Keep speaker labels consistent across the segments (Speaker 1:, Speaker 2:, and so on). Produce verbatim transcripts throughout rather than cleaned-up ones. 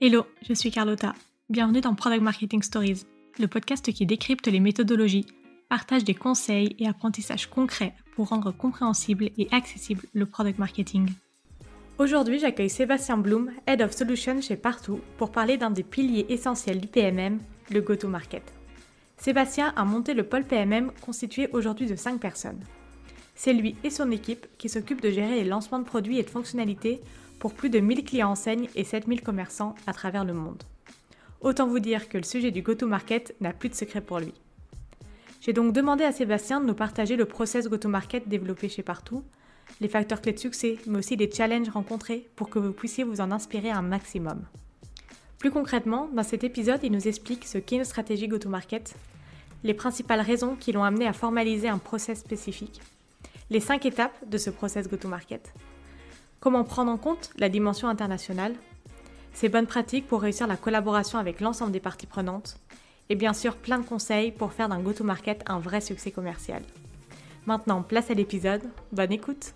Speaker 1: Hello, je suis Carlotta. Bienvenue dans Product Marketing Stories, le podcast qui décrypte les méthodologies, partage des conseils et apprentissages concrets pour rendre compréhensible et accessible le product marketing. Aujourd'hui, j'accueille Sébastien Blum, Head of Solutions chez Partout, pour parler d'un des piliers essentiels du P M M, le go-to-market. Sébastien a monté le pôle P M M constitué aujourd'hui de cinq personnes. C'est lui et son équipe qui s'occupent de gérer les lancements de produits et de fonctionnalités pour plus de mille clients enseignes et sept mille commerçants à travers le monde. Autant vous dire que le sujet du go-to-market n'a plus de secret pour lui. J'ai donc demandé à Sébastien de nous partager le process go-to-market développé chez Partout, les facteurs clés de succès, mais aussi les challenges rencontrés pour que vous puissiez vous en inspirer un maximum. Plus concrètement, dans cet épisode, il nous explique ce qu'est une stratégie go-to-market, les principales raisons qui l'ont amené à formaliser un process spécifique, les cinq étapes de ce process go-to-market, comment prendre en compte la dimension internationale, ses bonnes pratiques pour réussir la collaboration avec l'ensemble des parties prenantes, et bien sûr plein de conseils pour faire d'un go-to-market un vrai succès commercial. Maintenant, place à l'épisode, bonne écoute!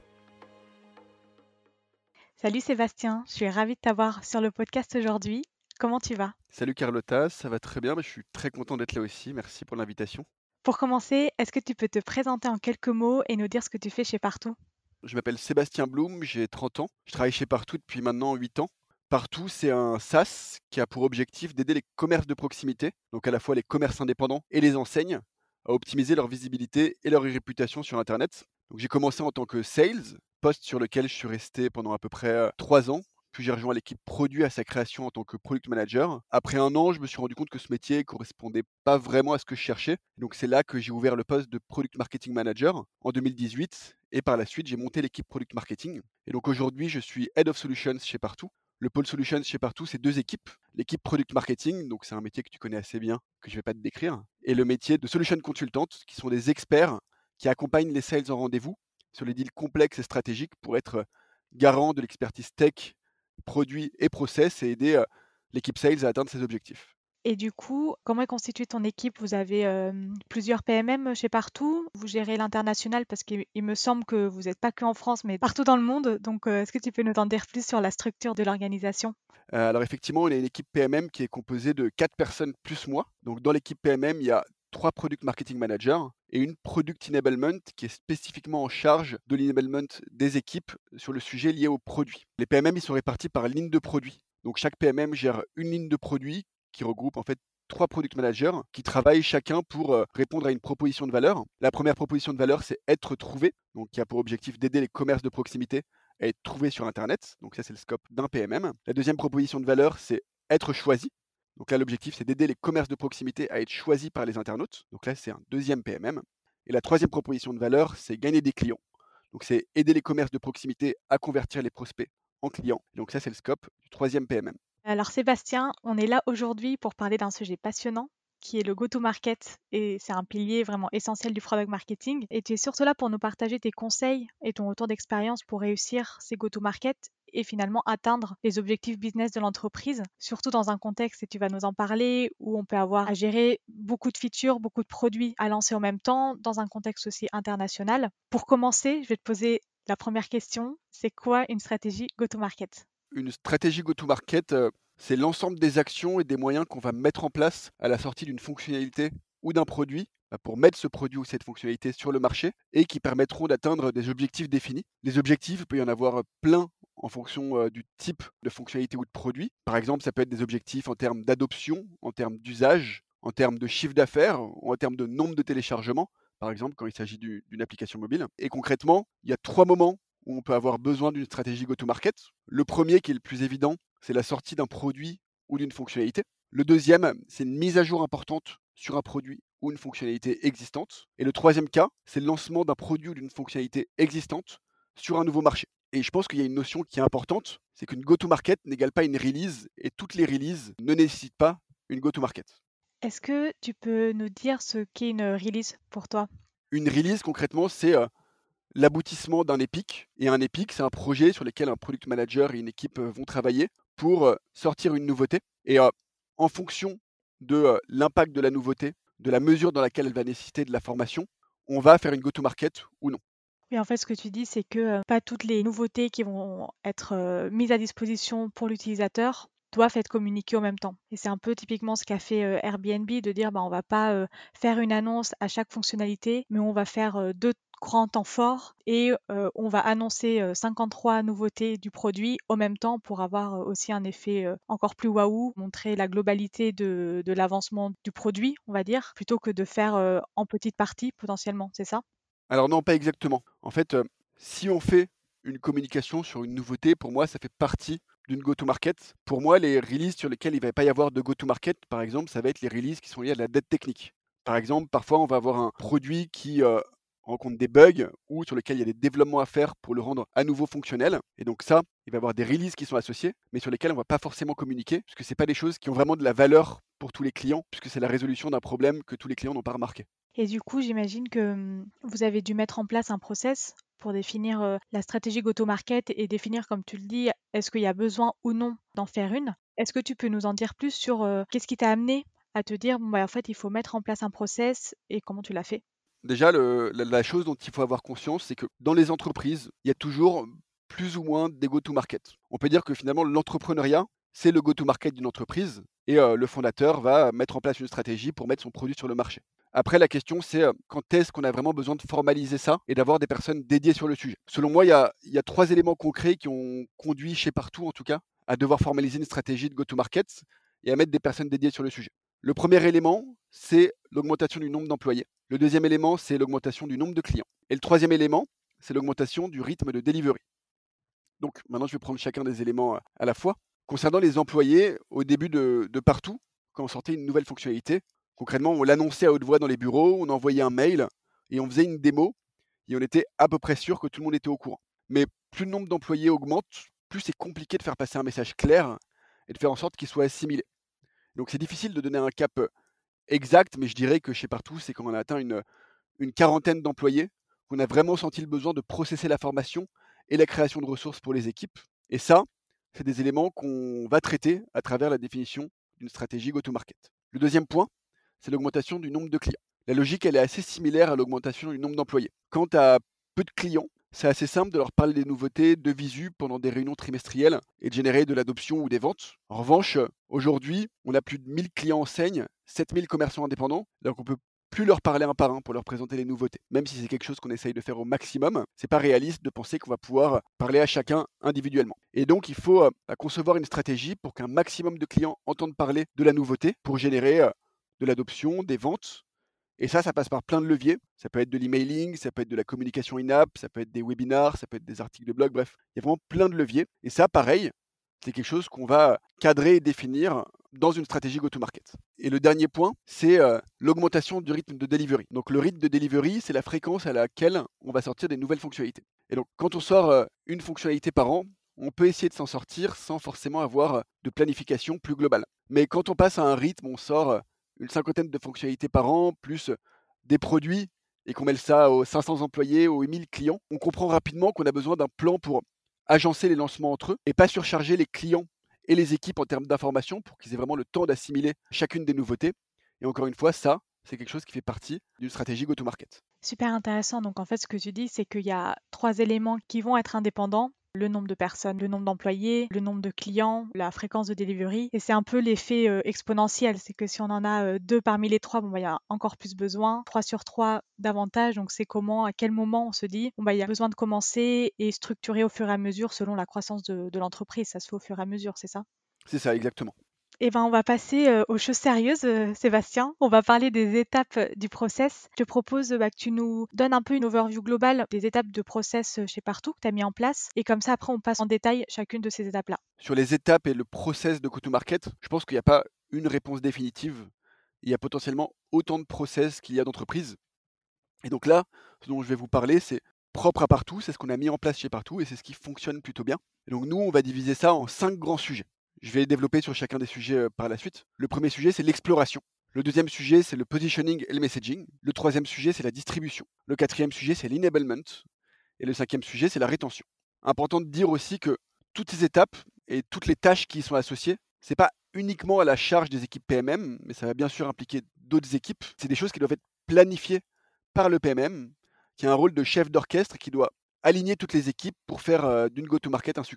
Speaker 1: Salut Sébastien, je suis ravie de t'avoir sur le podcast aujourd'hui. Comment tu vas?
Speaker 2: Salut Carlotta, ça va très bien, mais je suis très content d'être là aussi. Merci pour l'invitation.
Speaker 1: Pour commencer, est-ce que tu peux te présenter en quelques mots et nous dire ce que tu fais chez Partout?
Speaker 2: Je m'appelle Sébastien Blum, j'ai trente ans. Je travaille chez Partout depuis maintenant huit ans. Partout, c'est un SaaS qui a pour objectif d'aider les commerces de proximité, donc à la fois les commerces indépendants et les enseignes, à optimiser leur visibilité et leur réputation sur Internet. Donc j'ai commencé en tant que sales, poste sur lequel je suis resté pendant à peu près euh, trois ans. Puis j'ai rejoint l'équipe produit à sa création en tant que product manager. Après un an, je me suis rendu compte que ce métier correspondait pas vraiment à ce que je cherchais. Donc c'est là que j'ai ouvert le poste de product marketing manager en deux mille dix-huit. Et par la suite, j'ai monté l'équipe product marketing. Et donc aujourd'hui, je suis head of solutions chez Partout. Le pôle solutions chez Partout, c'est deux équipes. L'équipe product marketing, donc c'est un métier que tu connais assez bien, que je ne vais pas te décrire. Et le métier de solution consultant, qui sont des experts qui accompagnent les sales en rendez-vous sur les deals complexes et stratégiques pour être garant de l'expertise tech, produits et process et aider euh, l'équipe sales à atteindre ses objectifs.
Speaker 1: Et du coup, comment est constituée ton équipe? Vous avez euh, plusieurs P M M chez Partout. Vous gérez l'international parce qu'il il me semble que vous n'êtes pas que en France, mais partout dans le monde. Donc, euh, est-ce que tu peux nous en dire plus sur la structure de l'organisation?
Speaker 2: Euh, alors effectivement, on a une équipe P M M qui est composée de quatre personnes plus moi. Donc dans l'équipe P M M, il y a trois product marketing managers et une product enablement qui est spécifiquement en charge de l'enablement des équipes sur le sujet lié aux produits. Les P M M, ils sont répartis par ligne de produit. Donc chaque P M M gère une ligne de produit qui regroupe en fait trois product managers qui travaillent chacun pour euh, répondre à une proposition de valeur. La première proposition de valeur, c'est être trouvé, donc qui a pour objectif d'aider les commerces de proximité à être trouvés sur Internet. Donc ça, c'est le scope d'un P M M. La deuxième proposition de valeur, c'est être choisi. Donc là, l'objectif, c'est d'aider les commerces de proximité à être choisis par les internautes. Donc là, c'est un deuxième P M M. Et la troisième proposition de valeur, c'est gagner des clients. Donc c'est aider les commerces de proximité à convertir les prospects en clients. Donc ça, c'est le scope du troisième P M M.
Speaker 1: Alors Sébastien, on est là aujourd'hui pour parler d'un sujet passionnant qui est le go-to-market et c'est un pilier vraiment essentiel du product marketing et tu es surtout là pour nous partager tes conseils et ton retour d'expérience pour réussir ces go-to-market et finalement atteindre les objectifs business de l'entreprise, surtout dans un contexte, et tu vas nous en parler, où on peut avoir à gérer beaucoup de features, beaucoup de produits à lancer en même temps, dans un contexte aussi international. Pour commencer, je vais te poser la première question, c'est quoi une stratégie go-to-market?
Speaker 2: Une stratégie go-to-market, euh, c'est l'ensemble des actions et des moyens qu'on va mettre en place à la sortie d'une fonctionnalité ou d'un produit bah, pour mettre ce produit ou cette fonctionnalité sur le marché et qui permettront d'atteindre des objectifs définis. Les objectifs, il peut y en avoir plein en fonction euh, du type de fonctionnalité ou de produit. Par exemple, ça peut être des objectifs en termes d'adoption, en termes d'usage, en termes de chiffre d'affaires ou en termes de nombre de téléchargements, par exemple quand il s'agit du- d'une application mobile. Et concrètement, il y a trois moments où on peut avoir besoin d'une stratégie go-to-market. Le premier, qui est le plus évident, c'est la sortie d'un produit ou d'une fonctionnalité. Le deuxième, c'est une mise à jour importante sur un produit ou une fonctionnalité existante. Et le troisième cas, c'est le lancement d'un produit ou d'une fonctionnalité existante sur un nouveau marché. Et je pense qu'il y a une notion qui est importante, c'est qu'une go-to-market n'égale pas une release, et toutes les releases ne nécessitent pas une go-to-market.
Speaker 1: Est-ce que tu peux nous dire ce qu'est une release pour toi?
Speaker 2: Une release, concrètement, c'est euh, l'aboutissement d'un épique. Et un épique, c'est un projet sur lequel un product manager et une équipe euh, vont travailler pour euh, sortir une nouveauté. Et euh, en fonction de euh, l'impact de la nouveauté, de la mesure dans laquelle elle va nécessiter de la formation, on va faire une go-to-market ou non.
Speaker 1: Oui, en fait, ce que tu dis, c'est que euh, pas toutes les nouveautés qui vont être euh, mises à disposition pour l'utilisateur doivent être communiqués en même temps. Et c'est un peu typiquement ce qu'a fait euh, Airbnb, de dire bah, on va pas euh, faire une annonce à chaque fonctionnalité, mais on va faire euh, deux grands temps forts et euh, on va annoncer euh, cinquante-trois nouveautés du produit au même temps pour avoir euh, aussi un effet euh, encore plus waouh, montrer la globalité de, de l'avancement du produit, on va dire, plutôt que de faire euh, en petites parties potentiellement, c'est ça?
Speaker 2: Alors non, pas exactement. En fait, heu, si on fait une communication sur une nouveauté, pour moi, ça fait partie d'une go-to-market. Pour moi, les releases sur lesquelles il ne va pas y avoir de go-to-market, par exemple, ça va être les releases qui sont liées à de la dette technique. Par exemple, parfois, on va avoir un produit qui, heu, rencontre des bugs ou sur lequel il y a des développements à faire pour le rendre à nouveau fonctionnel et donc ça, il va y avoir des releases qui sont associées, mais sur lesquelles on ne va pas forcément communiquer, puisque c'est pas des choses qui ont vraiment de la valeur pour tous les clients, puisque c'est la résolution d'un problème que tous les clients n'ont pas remarqué.
Speaker 1: Et du coup, j'imagine que hum, vous avez dû mettre en place un process pour définir euh, la stratégie go-to-market et définir, comme tu le dis, est-ce qu'il y a besoin ou non d'en faire une. Est-ce que tu peux nous en dire plus sur euh, qu'est-ce qui t'a amené à te dire, bon, bah, en fait, il faut mettre en place un process et comment tu l'as fait?
Speaker 2: Déjà, le la la chose dont il faut avoir conscience, c'est que dans les entreprises, il y a toujours plus ou moins des go-to-market. On peut dire que finalement l'entrepreneuriat, c'est le go-to-market d'une entreprise et heu, le fondateur va mettre en place une stratégie pour mettre son produit sur le marché. Après la question c'est, heu, quand est-ce qu'on a vraiment besoin de formaliser ça et d'avoir des personnes dédiées sur le sujet? Selon moi, il y a il y a trois éléments concrets qui ont conduit chez Partout en tout cas, à devoir formaliser une stratégie de go-to-market et à mettre des personnes dédiées sur le sujet. Le premier élément, c'est l'augmentation du nombre d'employés. Le deuxième élément, c'est l'augmentation du nombre de clients. Et le troisième élément, c'est l'augmentation du rythme de delivery. Donc maintenant, je vais prendre chacun des éléments à à la fois. Concernant les employés, au début de, de Partout, quand on sortait une nouvelle fonctionnalité, concrètement, on l'annonçait à haute voix dans les bureaux, on envoyait un mail et on faisait une démo et on était à peu près sûr que tout le monde était au courant. Mais plus le nombre d'employés augmente, plus c'est compliqué de faire passer un message clair et de faire en sorte qu'il soit assimilé. Donc c'est difficile de donner un cap exact, mais je dirais que chez Partout, c'est quand on a atteint une, une quarantaine d'employés qu'on a vraiment senti le besoin de processer la formation et la création de ressources pour les équipes. Et ça, c'est des éléments qu'on va traiter à travers la définition d'une stratégie go-to-market. Le deuxième point, c'est l'augmentation du nombre de clients. La logique, elle est assez similaire à l'augmentation du nombre d'employés. Quand tu as peu de clients, c'est assez simple de leur parler des nouveautés de visu pendant des réunions trimestrielles et de générer de l'adoption ou des ventes. En revanche, aujourd'hui, on a plus de mille clients enseignes, sept mille commerçants indépendants, donc on peut plus leur parler un par un pour leur présenter les nouveautés. Même si c'est quelque chose qu'on essaye de faire au maximum, c'est pas réaliste de penser qu'on va pouvoir parler à chacun individuellement. Et donc il faut euh, concevoir une stratégie pour qu'un maximum de clients entendent parler de la nouveauté pour générer euh, de l'adoption, des ventes. Et ça, ça passe par plein de leviers. Ça peut être de l'emailing, ça peut être de la communication in-app, ça peut être des webinars, ça peut être des articles de blog, bref, il y a vraiment plein de leviers. Et ça, pareil, c'est quelque chose qu'on va cadrer et définir dans une stratégie go-to-market. Et le dernier point, c'est euh, l'augmentation du rythme de delivery. Donc le rythme de delivery, c'est la fréquence à laquelle on va sortir des nouvelles fonctionnalités. Et donc quand on sort euh, une fonctionnalité par an, on peut essayer de s'en sortir sans forcément avoir euh, de planification plus globale. Mais quand on passe à un rythme, on sort euh, une cinquantaine de fonctionnalités par an, plus des produits, et qu'on mêle ça aux cinq cents employés, aux mille clients, on comprend rapidement qu'on a besoin d'un plan pour agencer les lancements entre eux et pas surcharger les clients et les équipes en termes d'information pour qu'ils aient vraiment le temps d'assimiler chacune des nouveautés. Et encore une fois, ça, c'est quelque chose qui fait partie d'une stratégie go-to-market.
Speaker 1: Super intéressant. Donc en fait, ce que tu dis, c'est qu'il y a trois éléments qui vont être indépendants. Le nombre de personnes, le nombre d'employés, le nombre de clients, la fréquence de delivery. Et c'est un peu l'effet euh, exponentiel. C'est que si on en a euh, deux parmi les trois, bon, bah, il y a encore plus besoin. Trois sur trois davantage. Donc c'est comment, à quel moment on se dit, bon, bah, il y a besoin de commencer et structurer au fur et à mesure selon la croissance de, de l'entreprise. Ça se fait au fur et à mesure, c'est ça?
Speaker 2: C'est ça, exactement.
Speaker 1: Eh ben, on va passer euh, aux choses sérieuses, euh, Sébastien. On va parler des étapes euh, du process. Je te propose euh, bah, que tu nous donnes un peu une overview globale des étapes de process euh, chez Partout que tu as mis en place. Et comme ça, après, on passe en détail chacune de ces étapes-là.
Speaker 2: Sur les étapes et le process de go-to-market, je pense qu'il n'y a pas une réponse définitive. Il y a potentiellement autant de process qu'il y a d'entreprises. Et donc là, ce dont je vais vous parler, c'est propre à Partout, c'est ce qu'on a mis en place chez Partout et c'est ce qui fonctionne plutôt bien. Et donc nous, on va diviser ça en cinq grands sujets. Je vais développer sur chacun des sujets euh, par la suite. Le premier sujet, c'est l'exploration. Le deuxième sujet, c'est le positioning et le messaging. Le troisième sujet, c'est la distribution. Le quatrième sujet, c'est l'enablement. Et le cinquième sujet, c'est la rétention. Important de dire aussi que toutes ces étapes et toutes les tâches qui y sont associées, c'est pas uniquement à la charge des équipes P M M, mais ça va bien sûr impliquer d'autres équipes. C'est des choses qui doivent être planifiées par le P M M, qui a un rôle de chef d'orchestre qui doit aligner toutes les équipes pour faire euh, d'une go-to-market un succès.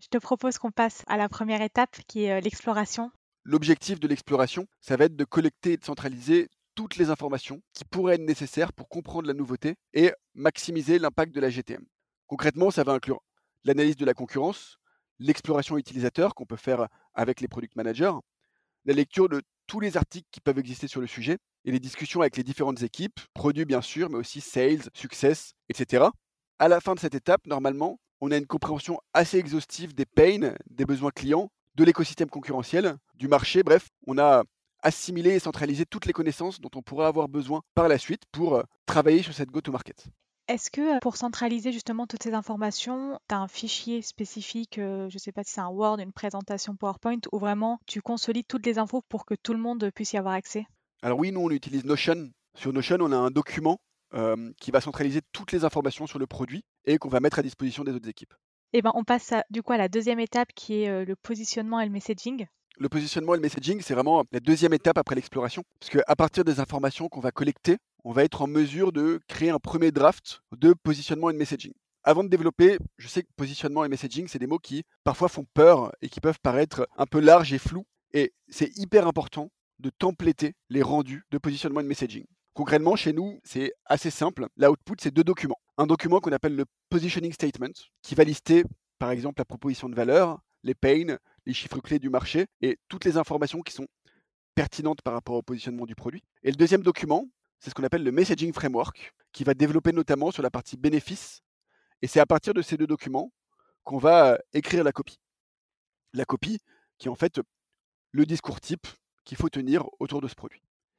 Speaker 1: Je te propose qu'on passe à la première étape qui est euh, l'exploration.
Speaker 2: L'objectif de l'exploration, ça va être de collecter et de centraliser toutes les informations qui pourraient être nécessaires pour comprendre la nouveauté et maximiser l'impact de la G T M. Concrètement, ça va inclure l'analyse de la concurrence, l'exploration utilisateur qu'on peut faire avec les product managers, la lecture de tous les articles qui peuvent exister sur le sujet et les discussions avec les différentes équipes, produits bien sûr, mais aussi sales, success, et cetera. À la fin de cette étape, normalement, on a une compréhension assez exhaustive des pains, des besoins clients, de l'écosystème concurrentiel, du marché. Bref, on a assimilé et centralisé toutes les connaissances dont on pourrait avoir besoin par la suite pour euh, travailler sur cette go-to-market.
Speaker 1: Est-ce que euh, pour centraliser justement toutes ces informations, tu as un fichier spécifique, euh, je ne sais pas si c'est un Word, une présentation PowerPoint, ou vraiment tu consolides toutes les infos pour que tout le monde puisse y avoir accès?
Speaker 2: Alors oui, nous, on utilise Notion. Sur Notion, on a un document euh, qui va centraliser toutes les informations sur le produit et qu'on va mettre à disposition des autres équipes.
Speaker 1: Eh ben, on passe à- du coup à la deuxième étape qui est euh, le positionnement et le messaging.
Speaker 2: Le positionnement et le messaging, c'est vraiment la deuxième étape après l'exploration. Parce qu'à partir des informations qu'on va collecter, on va être en mesure de créer un premier draft de positionnement et de messaging. Avant de développer, je sais que positionnement et messaging, c'est des mots qui parfois font peur et qui peuvent paraître un peu larges et flous. Et c'est hyper important de templater les rendus de positionnement et de messaging. Concrètement, chez nous, c'est assez simple. L'output, c'est deux documents. Un document qu'on appelle le positioning statement, qui va lister, par exemple, la proposition de valeur, les pains, les chiffres clés du marché et toutes les informations qui sont pertinentes par rapport au positionnement du produit. Et le deuxième document, c'est ce qu'on appelle le messaging framework, qui va développer notamment sur la partie bénéfices. Et c'est à partir de ces deux documents qu'on va écrire la copie. La copie qui est en fait le discours type qu'il faut tenir autour de ce produit.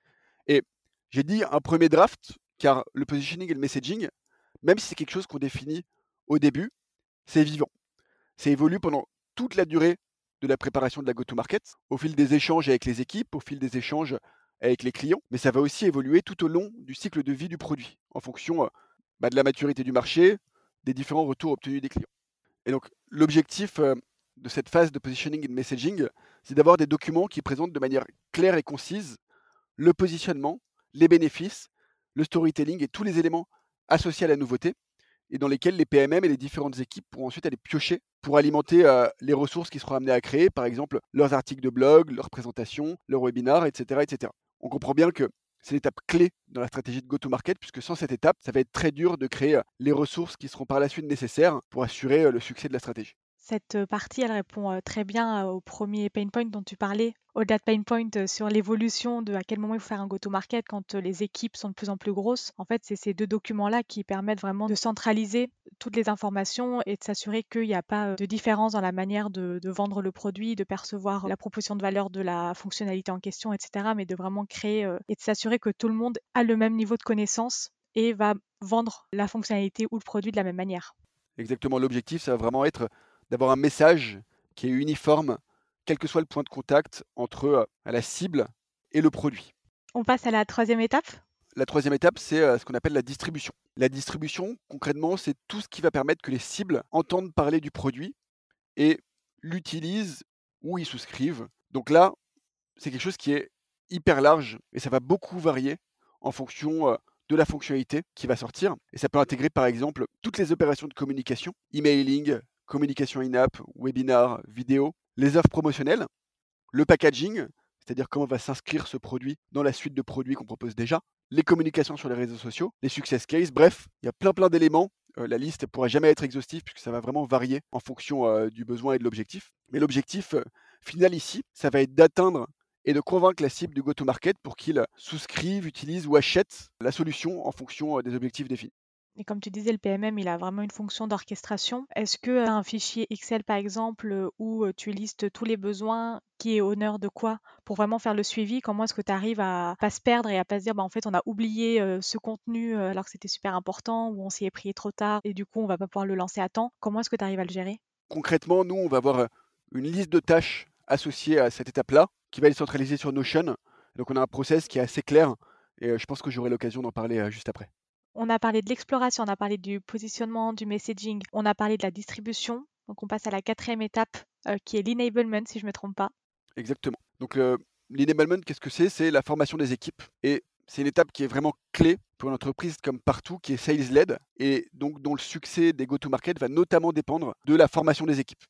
Speaker 2: Et j'ai dit un premier draft, car le positioning et le messaging, même si c'est quelque chose qu'on définit au début, c'est vivant. Ça évolue pendant toute la durée de la préparation de la go-to-market, au fil des échanges avec les équipes, au fil des échanges avec les clients, mais ça va aussi évoluer tout au long du cycle de vie du produit, en fonction euh, bah, de la maturité du marché, des différents retours obtenus des clients. Et donc, l'objectif euh, de cette phase de positioning et de messaging, c'est d'avoir des documents qui présentent de manière claire et concise le positionnement, les bénéfices, le storytelling et tous les éléments associés à la nouveauté, et dans lesquels les P M M et les différentes équipes pourront ensuite aller piocher pour alimenter euh, les ressources qui seront amenées à créer, par exemple leurs articles de blog, leurs présentations, leurs webinars, et cetera, et cetera. On comprend bien que c'est l'étape clé dans la stratégie de go-to-market, puisque sans cette étape, ça va être très dur de créer euh, les ressources qui seront par la suite nécessaires pour assurer euh, le succès de la stratégie.
Speaker 1: Cette partie, elle répond très bien au premier pain point dont tu parlais. Au-delà de pain point sur l'évolution de à quel moment il faut faire un go-to-market quand les équipes sont de plus en plus grosses. En fait, c'est ces deux documents-là qui permettent vraiment de centraliser toutes les informations et de s'assurer qu'il n'y a pas de différence dans la manière de, de vendre le produit, de percevoir la proposition de valeur de la fonctionnalité en question, et cetera. Mais de vraiment créer et de s'assurer que tout le monde a le même niveau de connaissance et va vendre la fonctionnalité ou le produit de la même manière.
Speaker 2: Exactement, l'objectif, ça va vraiment être d'avoir un message qui est uniforme, quel que soit le point de contact entre euh, la cible et le produit.
Speaker 1: On passe à la troisième étape.
Speaker 2: La troisième étape, c'est euh, ce qu'on appelle la distribution. La distribution, concrètement, c'est tout ce qui va permettre que les cibles entendent parler du produit et l'utilisent ou y souscrivent. Donc là, c'est quelque chose qui est hyper large et ça va beaucoup varier en fonction euh, de la fonctionnalité qui va sortir. Et ça peut intégrer par exemple toutes les opérations de communication, emailing, communication in-app, webinar, vidéo, les offres promotionnelles, le packaging, c'est-à-dire comment va s'inscrire ce produit dans la suite de produits qu'on propose déjà, les communications sur les réseaux sociaux, les success cases, bref, il y a plein plein d'éléments. Euh, la liste ne pourra jamais être exhaustive puisque ça va vraiment varier en fonction euh, du besoin et de l'objectif. Mais l'objectif euh, final ici, ça va être d'atteindre et de convaincre la cible du go-to-market pour qu'il souscrive, utilise ou achète la solution en fonction euh, des objectifs définis.
Speaker 1: Et comme tu disais, le P M M, il a vraiment une fonction d'orchestration. Est-ce que un fichier Excel, par exemple, où tu listes tous les besoins, qui est honneur de quoi, pour vraiment faire le suivi, comment est-ce que tu arrives à pas se perdre et à pas se dire, bah, en fait, on a oublié euh, ce contenu euh, alors que c'était super important, ou on s'y est pris trop tard et du coup, on va pas pouvoir le lancer à temps. Comment est-ce que tu arrives à le gérer?
Speaker 2: Concrètement, nous, on va avoir une liste de tâches associées à cette étape-là qui va être centralisée sur Notion. Donc, on a un process qui est assez clair et euh, je pense que j'aurai l'occasion d'en parler euh, juste après.
Speaker 1: On a parlé de l'exploration, on a parlé du positionnement, du messaging, on a parlé de la distribution. Donc, on passe à la quatrième étape, euh, qui est l'enablement, si je ne me trompe pas.
Speaker 2: Exactement. Donc, euh, l'enablement, qu'est-ce que c'est? C'est la formation des équipes. Et c'est une étape qui est vraiment clé pour une entreprise comme partout, qui est sales-led, et donc dont le succès des go-to-market va notamment dépendre de la formation des équipes.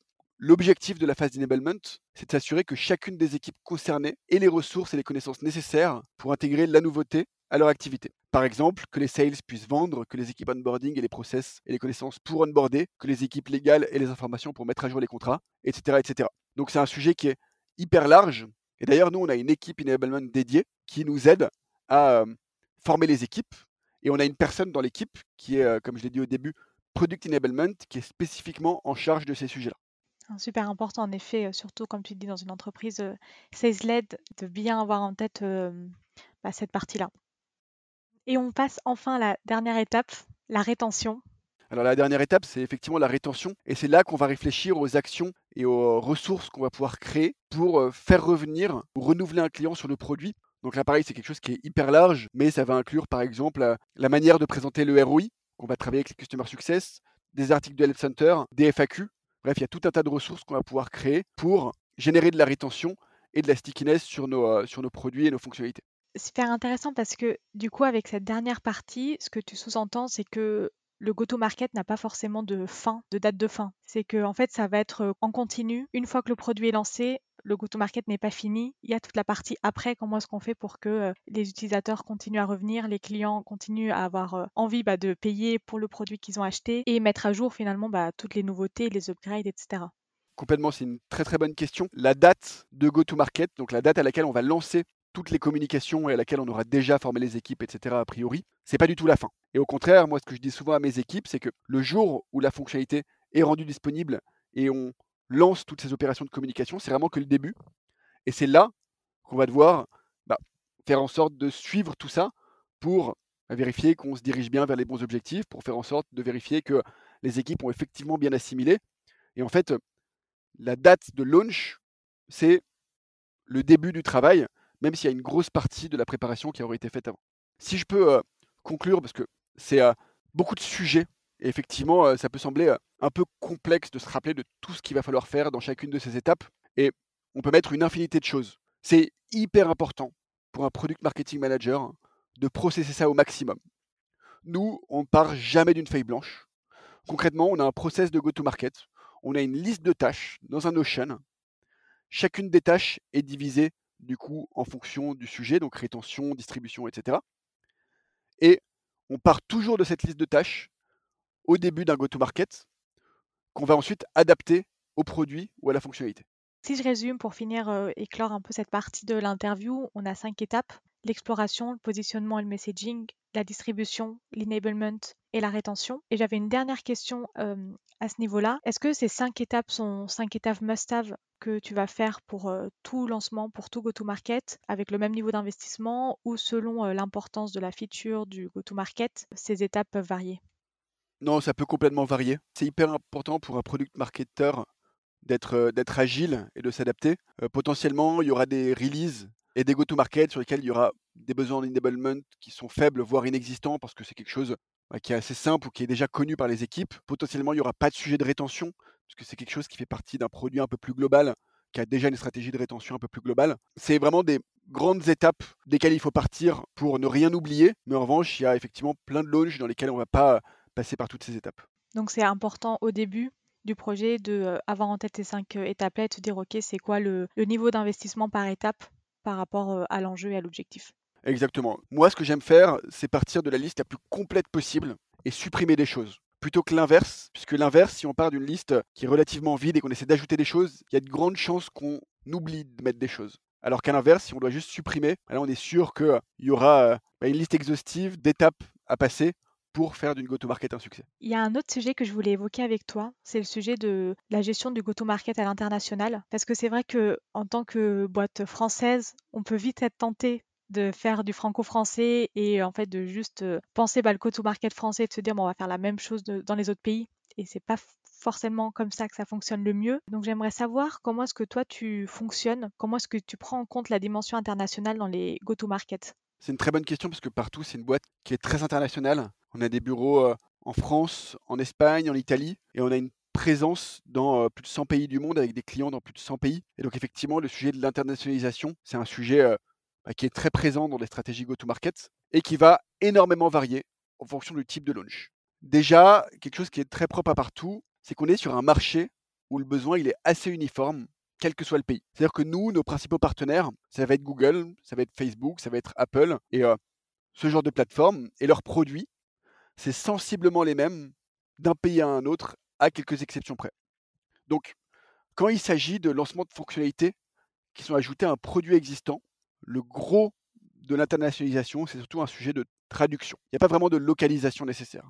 Speaker 2: L'objectif de la phase d'enablement, c'est de s'assurer que chacune des équipes concernées ait les ressources et les connaissances nécessaires pour intégrer la nouveauté à leur activité. Par exemple, que les sales puissent vendre, que les équipes onboarding aient les process et les connaissances pour onboarder, que les équipes légales aient les informations pour mettre à jour les contrats, et cetera, et cetera. Donc c'est un sujet qui est hyper large. Et d'ailleurs, nous, on a une équipe enablement dédiée qui nous aide à euh, former les équipes. Et on a une personne dans l'équipe qui est, euh, comme je l'ai dit au début, Product Enablement, qui est spécifiquement en charge de ces sujets-là.
Speaker 1: Ah, super important, en effet, euh, surtout comme tu dis dans une entreprise euh, sales-led, de bien avoir en tête euh, bah, cette partie-là. Et on passe enfin à la dernière étape, la rétention.
Speaker 2: Alors la dernière étape, c'est effectivement la rétention. Et c'est là qu'on va réfléchir aux actions et aux ressources qu'on va pouvoir créer pour euh, faire revenir ou renouveler un client sur le produit. Donc là, pareil, c'est quelque chose qui est hyper large, mais ça va inclure par exemple euh, la manière de présenter le R O I, qu'on va travailler avec les Customer Success, des articles de Help Center, des F A Q. Bref, il y a tout un tas de ressources qu'on va pouvoir créer pour générer de la rétention et de la stickiness sur nos, euh, sur nos produits et nos fonctionnalités.
Speaker 1: Super intéressant parce que du coup, avec cette dernière partie, ce que tu sous-entends, c'est que le go-to-market n'a pas forcément de fin, de date de fin. C'est que en fait, ça va être euh, en continu. Une fois que le produit est lancé, le go-to-market n'est pas fini. Il y a toute la partie après, comment est-ce qu'on fait pour que euh, les utilisateurs continuent à revenir, les clients continuent à avoir euh, envie bah, de payer pour le produit qu'ils ont acheté et mettre à jour finalement bah, toutes les nouveautés, les upgrades, et cetera.
Speaker 2: Complètement, c'est une très très bonne question. La date de go-to-market, donc la date à laquelle on va lancer toutes les communications et à laquelle on aura déjà formé les équipes, et cetera, a priori, c'est pas du tout la fin. Et au contraire, moi, ce que je dis souvent à mes équipes, c'est que le jour où la fonctionnalité est rendue disponible et on lance toutes ces opérations de communication, c'est vraiment que le début. Et c'est là qu'on va devoir bah, faire en sorte de suivre tout ça pour vérifier qu'on se dirige bien vers les bons objectifs, pour faire en sorte de vérifier que les équipes ont effectivement bien assimilé. Et en fait, la date de launch, c'est le début du travail, même s'il y a une grosse partie de la préparation qui aurait été faite avant. Si je peux euh, conclure, parce que c'est euh, beaucoup de sujets, et effectivement, euh, ça peut sembler euh, un peu complexe de se rappeler de tout ce qu'il va falloir faire dans chacune de ces étapes, et on peut mettre une infinité de choses. C'est hyper important pour un product marketing manager de processer ça au maximum. Nous, on ne part jamais d'une feuille blanche. Concrètement, on a un process de go-to-market, on a une liste de tâches dans un Notion. Chacune des tâches est divisée du coup en fonction du sujet, donc rétention, distribution, et cetera. Et on part toujours de cette liste de tâches au début d'un go-to-market qu'on va ensuite adapter au produit ou à la fonctionnalité.
Speaker 1: Si je résume pour finir euh, et clore un peu cette partie de l'interview, on a cinq étapes: l'exploration, le positionnement et le messaging, la distribution, l'enablement et la rétention. Et j'avais une dernière question euh, à ce niveau-là. Est-ce que ces cinq étapes sont cinq étapes must-have que tu vas faire pour euh, tout lancement, pour tout go-to-market, avec le même niveau d'investissement, ou selon euh, l'importance de la feature du go-to-market, ces étapes peuvent varier?
Speaker 2: Non, ça peut complètement varier. C'est hyper important pour un product marketer d'être euh, d'être agile et de s'adapter. Euh, potentiellement, il y aura des releases et des go-to-market sur lesquels il y aura des besoins d'enablement qui sont faibles, voire inexistants, parce que c'est quelque chose bah, qui est assez simple ou qui est déjà connu par les équipes. Potentiellement, il n'y aura pas de sujet de rétention, parce que c'est quelque chose qui fait partie d'un produit un peu plus global, qui a déjà une stratégie de rétention un peu plus globale. C'est vraiment des grandes étapes desquelles il faut partir pour ne rien oublier, mais en revanche, il y a effectivement plein de launches dans lesquels on ne va pas passer par toutes ces étapes.
Speaker 1: Donc c'est important au début du projet de euh, avoir en tête ces cinq euh, étapes-là et de se dire, OK, c'est quoi le, le niveau d'investissement par étape par rapport euh, à l'enjeu et à l'objectif.
Speaker 2: Exactement. Moi, ce que j'aime faire, c'est partir de la liste la plus complète possible et supprimer des choses. Plutôt que l'inverse, puisque l'inverse, si on part d'une liste qui est relativement vide et qu'on essaie d'ajouter des choses, il y a de grandes chances qu'on oublie de mettre des choses. Alors qu'à l'inverse, si on doit juste supprimer, là on est sûr qu'il y aura euh, bah, une liste exhaustive d'étapes à passer pour faire d'une go-to-market un succès.
Speaker 1: Il y a un autre sujet que je voulais évoquer avec toi, c'est le sujet de la gestion du go-to-market à l'international. Parce que c'est vrai que en tant que boîte française, on peut vite être tenté de faire du franco-français et en fait de juste euh, penser bah, le go-to-market français et de se dire bon, on va faire la même chose de- dans les autres pays. Et c'est pas f- forcément comme ça que ça fonctionne le mieux. Donc j'aimerais savoir comment est-ce que toi tu fonctionnes, comment est-ce que tu prends en compte la dimension internationale dans les go-to-market.
Speaker 2: C'est une très bonne question parce que partout, c'est une boîte qui est très internationale. On a des bureaux euh, en France, en Espagne, en Italie, et on a une présence dans euh, plus de cent pays du monde avec des clients dans plus de cent pays. Et donc effectivement, le sujet de l'internationalisation, c'est un sujet euh, bah, qui est très présent dans les stratégies go-to-market et qui va énormément varier en fonction du type de launch. Déjà, quelque chose qui est très propre à partout, c'est qu'on est sur un marché où le besoin il est assez uniforme, quel que soit le pays. C'est-à-dire que nous, nos principaux partenaires, ça va être Google, ça va être Facebook, ça va être Apple, et euh, ce genre de plateforme, et leurs produits, c'est sensiblement les mêmes d'un pays à un autre, à quelques exceptions près. Donc, quand il s'agit de lancement de fonctionnalités qui sont ajoutées à un produit existant, le gros de l'internationalisation, c'est surtout un sujet de traduction. Il n'y a pas vraiment de localisation nécessaire.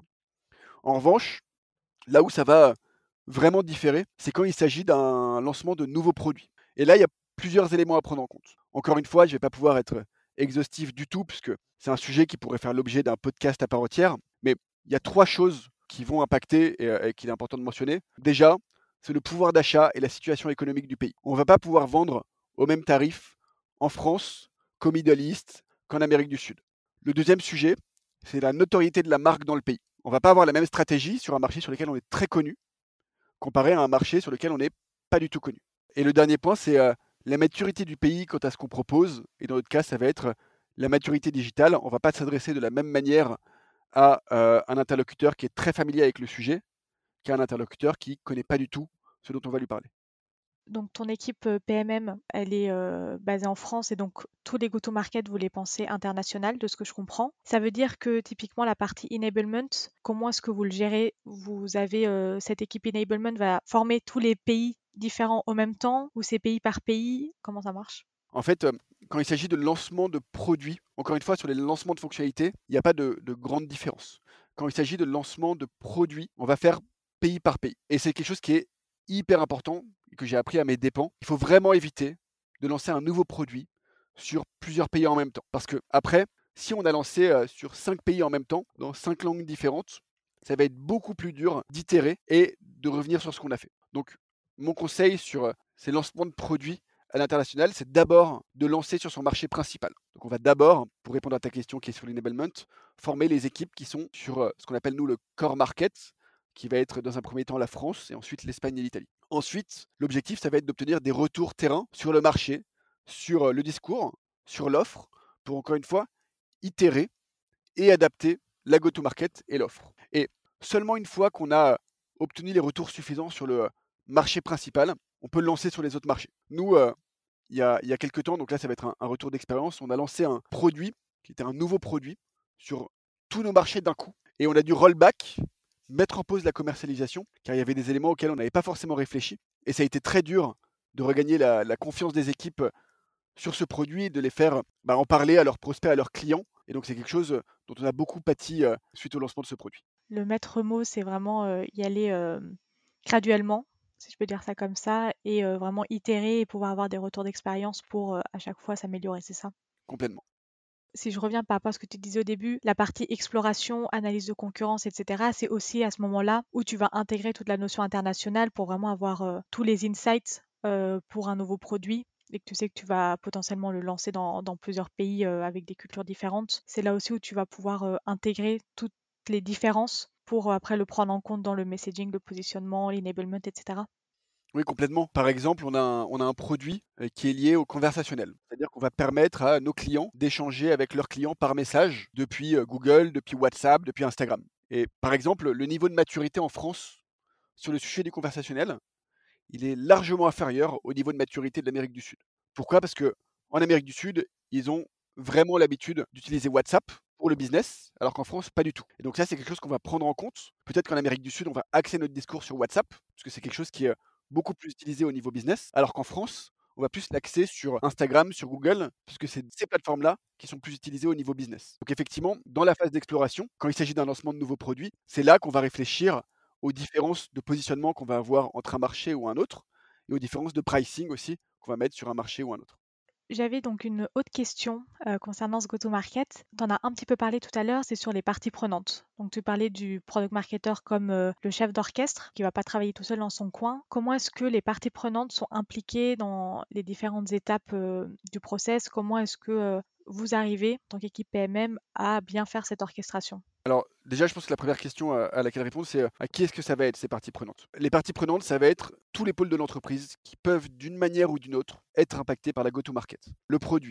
Speaker 2: En revanche, là où ça va vraiment différer, c'est quand il s'agit d'un lancement de nouveaux produits. Et là, il y a plusieurs éléments à prendre en compte. Encore une fois, je ne vais pas pouvoir être exhaustif du tout, puisque c'est un sujet qui pourrait faire l'objet d'un podcast à part entière, mais il y a trois choses qui vont impacter et, et qu'il est important de mentionner. Déjà, c'est le pouvoir d'achat et la situation économique du pays. On ne va pas pouvoir vendre au même tarif en France qu'au Middle East, qu'en Amérique du Sud. Le deuxième sujet, c'est la notoriété de la marque dans le pays. On ne va pas avoir la même stratégie sur un marché sur lequel on est très connu, comparé à un marché sur lequel on n'est pas du tout connu. Et le dernier point, c'est euh, la maturité du pays quant à ce qu'on propose. Et dans notre cas, ça va être la maturité digitale. On ne va pas s'adresser de la même manière à euh, un interlocuteur qui est très familier avec le sujet qu'à un interlocuteur qui ne connaît pas du tout ce dont on va lui parler.
Speaker 1: Donc ton équipe euh, P M M, elle est euh, basée en France et donc tous les go-to-market, vous les pensez international, de ce que je comprends. Ça veut dire que typiquement la partie enablement, comment est-ce que vous le gérez? Vous avez euh, cette équipe enablement va former tous les pays différents au même temps ou c'est pays par pays? Comment ça marche?
Speaker 2: En fait, euh, quand il s'agit de lancement de produits, encore une fois, sur les lancements de fonctionnalités, il n'y a pas de, de grande différence. Quand il s'agit de lancement de produits, on va faire pays par pays. Et c'est quelque chose qui est hyper important et que j'ai appris à mes dépens. Il faut vraiment éviter de lancer un nouveau produit sur plusieurs pays en même temps. Parce que après, si on a lancé euh, sur cinq pays en même temps, dans cinq langues différentes, ça va être beaucoup plus dur d'itérer et de revenir sur ce qu'on a fait. Donc, mon conseil sur euh, ces lancements de produits à l'international, c'est d'abord de lancer sur son marché principal. Donc on va d'abord, pour répondre à ta question qui est sur l'enablement, former les équipes qui sont sur euh, ce qu'on appelle nous le core market, qui va être dans un premier temps la France et ensuite l'Espagne et l'Italie. Ensuite, l'objectif, ça va être d'obtenir des retours terrain sur le marché, sur euh, le discours, sur l'offre, pour encore une fois itérer et adapter la go-to-market et l'offre. Et seulement une fois qu'on a obtenu les retours suffisants sur le marché principal, on peut le lancer sur les autres marchés. Nous, euh, il y a, il y a quelques temps, donc là ça va être un, un retour d'expérience, on a lancé un produit qui était un nouveau produit sur tous nos marchés d'un coup. Et on a dû rollback, mettre en pause la commercialisation, car il y avait des éléments auxquels on n'avait pas forcément réfléchi. Et ça a été très dur de regagner la, la confiance des équipes sur ce produit et de les faire bah, en parler à leurs prospects, à leurs clients. Et donc c'est quelque chose dont on a beaucoup pâti euh, suite au lancement de ce produit.
Speaker 1: Le maître mot, c'est vraiment euh, y aller euh, graduellement, si je peux dire ça comme ça, et euh, vraiment itérer et pouvoir avoir des retours d'expérience pour euh, à chaque fois s'améliorer, c'est ça?
Speaker 2: Complètement.
Speaker 1: Si je reviens par rapport à ce que tu disais au début, la partie exploration, analyse de concurrence, et cetera, c'est aussi à ce moment-là où tu vas intégrer toute la notion internationale pour vraiment avoir euh, tous les insights euh, pour un nouveau produit et que tu sais que tu vas potentiellement le lancer dans, dans plusieurs pays euh, avec des cultures différentes. C'est là aussi où tu vas pouvoir euh, intégrer toutes les différences pour euh, après le prendre en compte dans le messaging, le positionnement, l'enablement, et cetera.
Speaker 2: Oui, complètement. Par exemple, on a un, on a un produit euh, qui est lié au conversationnel. C'est-à-dire qu'on va permettre à nos clients d'échanger avec leurs clients par message depuis euh, Google, depuis WhatsApp, depuis Instagram. Et par exemple, le niveau de maturité en France sur le sujet du conversationnel, il est largement inférieur au niveau de maturité de l'Amérique du Sud. Pourquoi? Parce que en Amérique du Sud, ils ont vraiment l'habitude d'utiliser WhatsApp pour le business, alors qu'en France, pas du tout. Et donc ça, c'est quelque chose qu'on va prendre en compte. Peut-être qu'en Amérique du Sud, on va axer notre discours sur WhatsApp, parce que c'est quelque chose qui est beaucoup plus utilisé au niveau business, alors qu'en France, on va plus l'axer sur Instagram, sur Google, puisque c'est ces plateformes-là qui sont plus utilisées au niveau business. Donc effectivement, dans la phase d'exploration, quand il s'agit d'un lancement de nouveaux produits, c'est là qu'on va réfléchir aux différences de positionnement qu'on va avoir entre un marché ou un autre, et aux différences de pricing aussi qu'on va mettre sur un marché ou un autre.
Speaker 1: J'avais donc une autre question euh, concernant ce go-to-market. Tu en as un petit peu parlé tout à l'heure, c'est sur les parties prenantes. Donc tu parlais du product marketer comme euh, le chef d'orchestre qui va pas travailler tout seul dans son coin. Comment est-ce que les parties prenantes sont impliquées dans les différentes étapes euh, du process? Comment est-ce que euh, vous arrivez, en tant qu'équipe P M M, à bien faire cette orchestration?
Speaker 2: Alors déjà, je pense que la première question à, à laquelle répondre, c'est euh, à qui est-ce que ça va être ces parties prenantes? Les parties prenantes, ça va être tous les pôles de l'entreprise qui peuvent d'une manière ou d'une autre être impactés par la go-to-market. Le produit,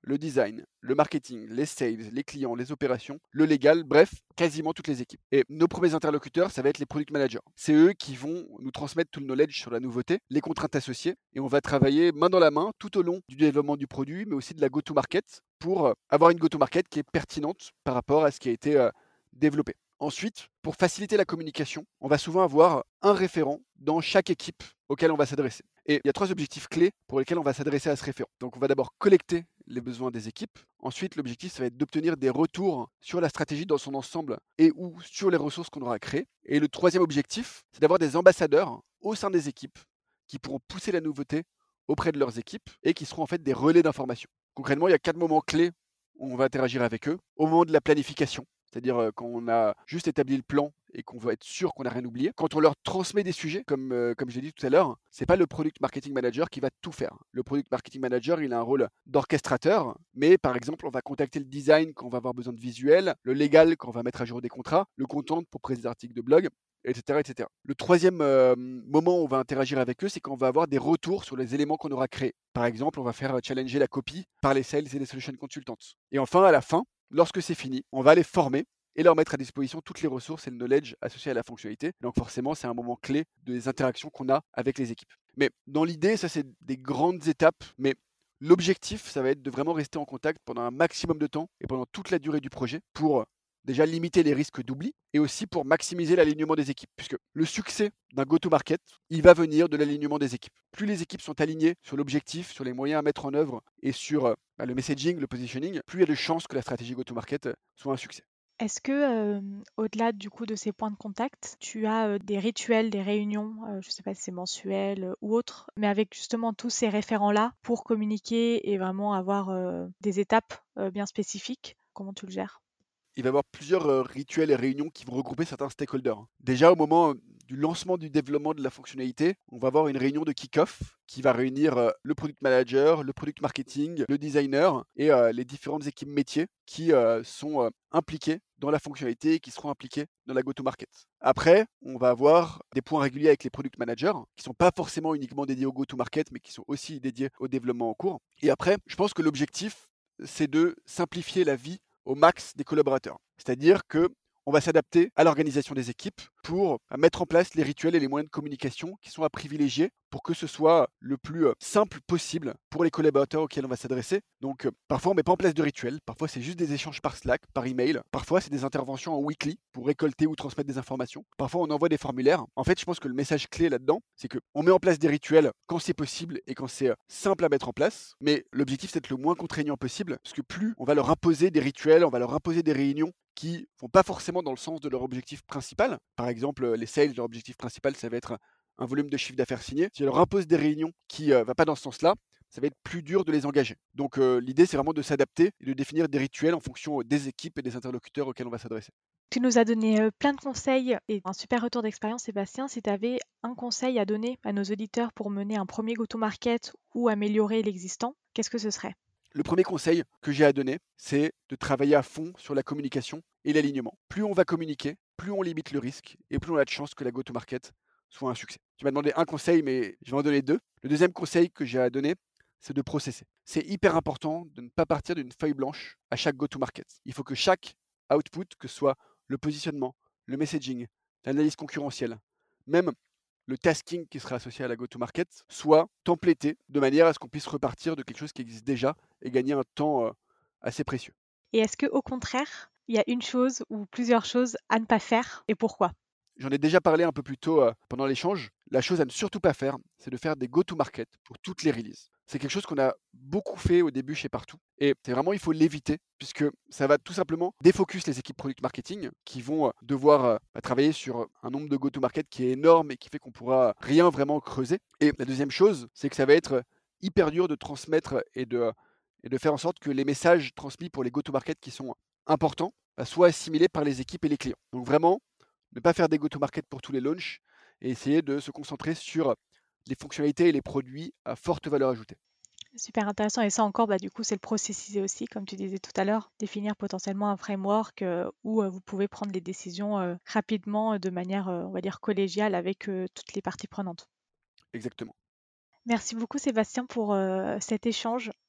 Speaker 2: le design, le marketing, les sales, les clients, les opérations, le légal, bref, quasiment toutes les équipes. Et nos premiers interlocuteurs, ça va être les product managers. C'est eux qui vont nous transmettre tout le knowledge sur la nouveauté, les contraintes associées, et on va travailler main dans la main tout au long du développement du produit, mais aussi de la go-to-market, pour euh, avoir une go-to-market qui est pertinente par rapport à ce qui a été euh, développé. Ensuite, pour faciliter la communication, on va souvent avoir un référent dans chaque équipe auquel on va s'adresser. Et il y a trois objectifs clés pour lesquels on va s'adresser à ce référent. Donc on va d'abord collecter les besoins des équipes. Ensuite, l'objectif, ça va être d'obtenir des retours sur la stratégie dans son ensemble et ou sur les ressources qu'on aura créées. Et le troisième objectif, c'est d'avoir des ambassadeurs au sein des équipes qui pourront pousser la nouveauté auprès de leurs équipes et qui seront en fait des relais d'information. Concrètement, il y a quatre moments clés où on va interagir avec eux. Au moment de la planification, c'est-à-dire euh, quand on a juste établi le plan et qu'on veut être sûr qu'on n'a rien oublié. Quand on leur transmet des sujets, comme, euh, comme je l'ai dit tout à l'heure, c'est pas le product marketing manager qui va tout faire. Le product marketing manager, il a un rôle d'orchestrateur, mais par exemple, on va contacter le design quand on va avoir besoin de visuels, le légal quand on va mettre à jour des contrats, le content pour préser des articles de blog, et cetera, et cetera. Le troisième euh, moment où on va interagir avec eux, c'est quand on va avoir des retours sur les éléments qu'on aura créés. Par exemple, on va faire challenger la copie par les sales et les solution consultants. Et enfin, à la fin, lorsque c'est fini, on va les former et leur mettre à disposition toutes les ressources et le knowledge associés à la fonctionnalité. Donc forcément, c'est un moment clé des interactions qu'on a avec les équipes. Mais dans l'idée, ça c'est des grandes étapes, mais l'objectif, ça va être de vraiment rester en contact pendant un maximum de temps et pendant toute la durée du projet pour déjà limiter les risques d'oubli et aussi pour maximiser l'alignement des équipes. Puisque le succès d'un go-to-market, il va venir de l'alignement des équipes. Plus les équipes sont alignées sur l'objectif, sur les moyens à mettre en œuvre et sur euh, bah, le messaging, le positioning, plus il y a de chances que la stratégie go-to-market euh, soit un succès.
Speaker 1: Est-ce que, hem, au-delà du coup de ces points de contact, tu as, heu, des rituels, des réunions, heu, je ne sais pas si c'est mensuel, heu, ou autre, mais avec justement tous ces référents-là pour communiquer et vraiment avoir, heu, des étapes, heu, bien spécifiques? Comment tu le gères?
Speaker 2: Il va y avoir plusieurs euh, rituels et réunions qui vont regrouper certains stakeholders. Déjà, au moment euh, du lancement du développement de la fonctionnalité, on va avoir une réunion de kick-off qui va réunir euh, le product manager, le product marketing, le designer et euh, les différentes équipes métiers qui euh, sont euh, impliquées dans la fonctionnalité et qui seront impliquées dans la go-to-market. Après, on va avoir des points réguliers avec les product managers qui ne sont pas forcément uniquement dédiés au go-to-market, mais qui sont aussi dédiés au développement en cours. Et après, je pense que l'objectif, c'est de simplifier la vie au max des collaborateurs. C'est-à-dire que on va s'adapter à l'organisation des équipes pour mettre en place les rituels et les moyens de communication qui sont à privilégier pour que ce soit le plus euh, simple possible pour les collaborateurs auxquels on va s'adresser. Donc euh, parfois on met pas en place de rituels, parfois c'est juste des échanges par Slack, par email, parfois c'est des interventions en weekly pour récolter ou transmettre des informations, parfois on envoie des formulaires. En fait, je pense que le message clé là-dedans, c'est que on met en place des rituels quand c'est possible et quand c'est euh, simple à mettre en place, mais l'objectif c'est d'être le moins contraignant possible, parce que plus on va leur imposer des rituels, on va leur imposer des réunions qui vont pas forcément dans le sens de leur objectif principal. Par exemple, les sales, leur objectif principal, ça va être un volume de chiffre d'affaires signé. Si on leur impose des réunions qui ne euh, vont pas dans ce sens-là, ça va être plus dur de les engager. Donc euh, l'idée, c'est vraiment de s'adapter et de définir des rituels en fonction des équipes et des interlocuteurs auxquels on va s'adresser.
Speaker 1: Tu nous as donné, heu, plein de conseils et un super retour d'expérience, Sébastien. Si tu avais un conseil à donner à nos auditeurs pour mener un premier go-to-market ou améliorer l'existant, qu'est-ce que ce serait?
Speaker 2: Le premier conseil que j'ai à donner, c'est de travailler à fond sur la communication et l'alignement. Plus on va communiquer, plus on limite le risque et plus on a de chances que la go-to-market soit un succès. Tu m'as demandé un conseil, mais je vais en donner deux. Le deuxième conseil que j'ai à donner, c'est de processer. C'est hyper important de ne pas partir d'une feuille blanche à chaque go-to-market. Il faut que chaque output, que ce soit le positionnement, le messaging, l'analyse concurrentielle, même le tasking qui sera associé à la go-to-market soit templété de manière à ce qu'on puisse repartir de quelque chose qui existe déjà et gagner un temps euh, assez précieux.
Speaker 1: Et est-ce que au contraire, il y a une chose ou plusieurs choses à ne pas faire et pourquoi?
Speaker 2: J'en ai déjà parlé un peu plus tôt euh, pendant l'échange. La chose à ne surtout pas faire, c'est de faire des go-to-market pour toutes les releases. C'est quelque chose qu'on a beaucoup fait au début chez Partout. Et c'est vraiment, il faut l'éviter, puisque ça va tout simplement défocus les équipes product marketing qui vont euh, devoir euh, bah, travailler sur un nombre de go-to-market qui est énorme et qui fait qu'on pourra rien vraiment creuser. Et la deuxième chose, c'est que ça va être hyper dur de transmettre et de, et de faire en sorte que les messages transmis pour les go-to-market qui sont importants bah, soient assimilés par les équipes et les clients. Donc vraiment, ne pas faire des go-to-market pour tous les launchs et essayer de se concentrer sur les fonctionnalités et les produits à forte valeur ajoutée.
Speaker 1: Super intéressant et ça encore, bah, du coup, c'est le processus aussi, comme tu disais tout à l'heure, définir potentiellement un framework, heu, où, heu, vous pouvez prendre les décisions, heu, rapidement, heu, de manière, heu, on va dire collégiale avec, heu, toutes les parties prenantes.
Speaker 2: Exactement.
Speaker 1: Merci beaucoup Sébastien pour, heu, cet échange.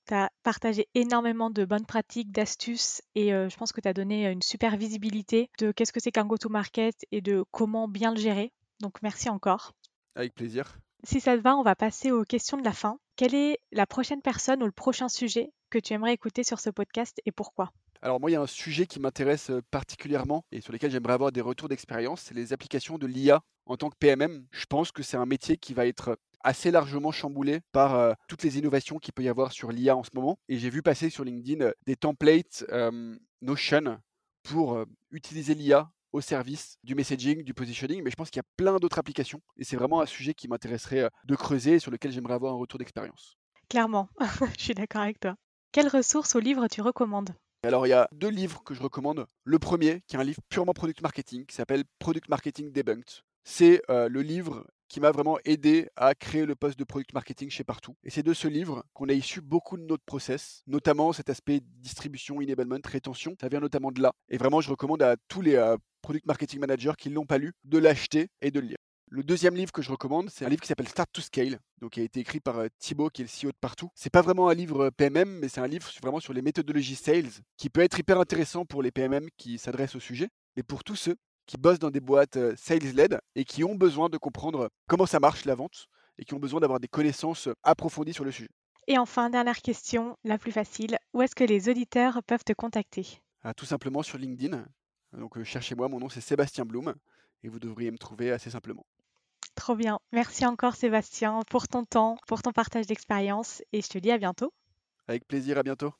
Speaker 1: Tu as partagé énormément de bonnes pratiques, d'astuces et euh, je pense que tu as donné une super visibilité de qu'est-ce que c'est qu'un go-to-market et de comment bien le gérer. Donc merci encore.
Speaker 2: Avec plaisir.
Speaker 1: Si ça te va, on va passer aux questions de la fin. Quelle est la prochaine personne ou le prochain sujet que tu aimerais écouter sur ce podcast et pourquoi ?
Speaker 2: Alors moi, il y a un sujet qui m'intéresse euh, particulièrement et sur lequel j'aimerais avoir des retours d'expérience, c'est les applications de l'I A en tant que P M M. Je pense que c'est un métier qui va être assez largement chamboulé par euh, toutes les innovations qu'il peut y avoir sur l'I A en ce moment. Et j'ai vu passer sur LinkedIn euh, des templates euh, Notion pour euh, utiliser l'I A au service du messaging, du positioning, mais je pense qu'il y a plein d'autres applications et c'est vraiment un sujet qui m'intéresserait euh, de creuser et sur lequel j'aimerais avoir un retour d'expérience.
Speaker 1: Clairement, je suis d'accord avec toi. Quelles ressources ou livres tu recommandes ?
Speaker 2: Alors, il y a deux livres que je recommande. Le premier, qui est un livre purement product marketing, qui s'appelle Product Marketing Debunked. C'est euh, le livre qui m'a vraiment aidé à créer le poste de product marketing chez Partout. Et c'est de ce livre qu'on a issu beaucoup de notre process, notamment cet aspect distribution, enablement, rétention. Ça vient notamment de là. Et vraiment, je recommande à tous les euh, product marketing managers qui ne l'ont pas lu de l'acheter et de le lire. Le deuxième livre que je recommande, c'est un livre qui s'appelle Start to Scale, donc qui a été écrit par euh, Thibaut, qui est le C E O de Partout. C'est pas vraiment un livre euh, P M M, mais c'est un livre sur- vraiment sur les méthodologies sales, qui peut être hyper intéressant pour les P M M qui s'adressent au sujet, mais pour tous ceux qui bossent dans des boîtes euh, sales-led et qui ont besoin de comprendre comment ça marche la vente et qui ont besoin d'avoir des connaissances euh, approfondies sur le sujet.
Speaker 1: Et enfin, dernière question, la plus facile, où est-ce que les auditeurs peuvent te contacter ?
Speaker 2: Ah, tout simplement sur LinkedIn. Donc euh, cherchez-moi, mon nom c'est Sébastien Blum et vous devriez me trouver assez simplement.
Speaker 1: Trop bien. Merci encore Sébastien pour ton temps, pour ton partage d'expérience et je te dis à bientôt.
Speaker 2: Avec plaisir, à bientôt.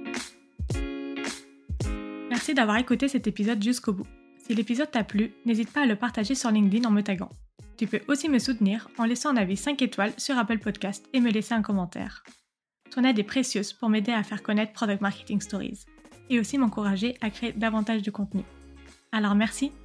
Speaker 1: Merci d'avoir écouté cet épisode jusqu'au bout. Si l'épisode t'a plu, n'hésite pas à le partager sur LinkedIn en me taguant. Tu peux aussi me soutenir en laissant un avis cinq étoiles sur Apple Podcast et me laisser un commentaire. Ton aide est précieuse pour m'aider à faire connaître Product Marketing Stories et aussi m'encourager à créer davantage de contenu. Alors merci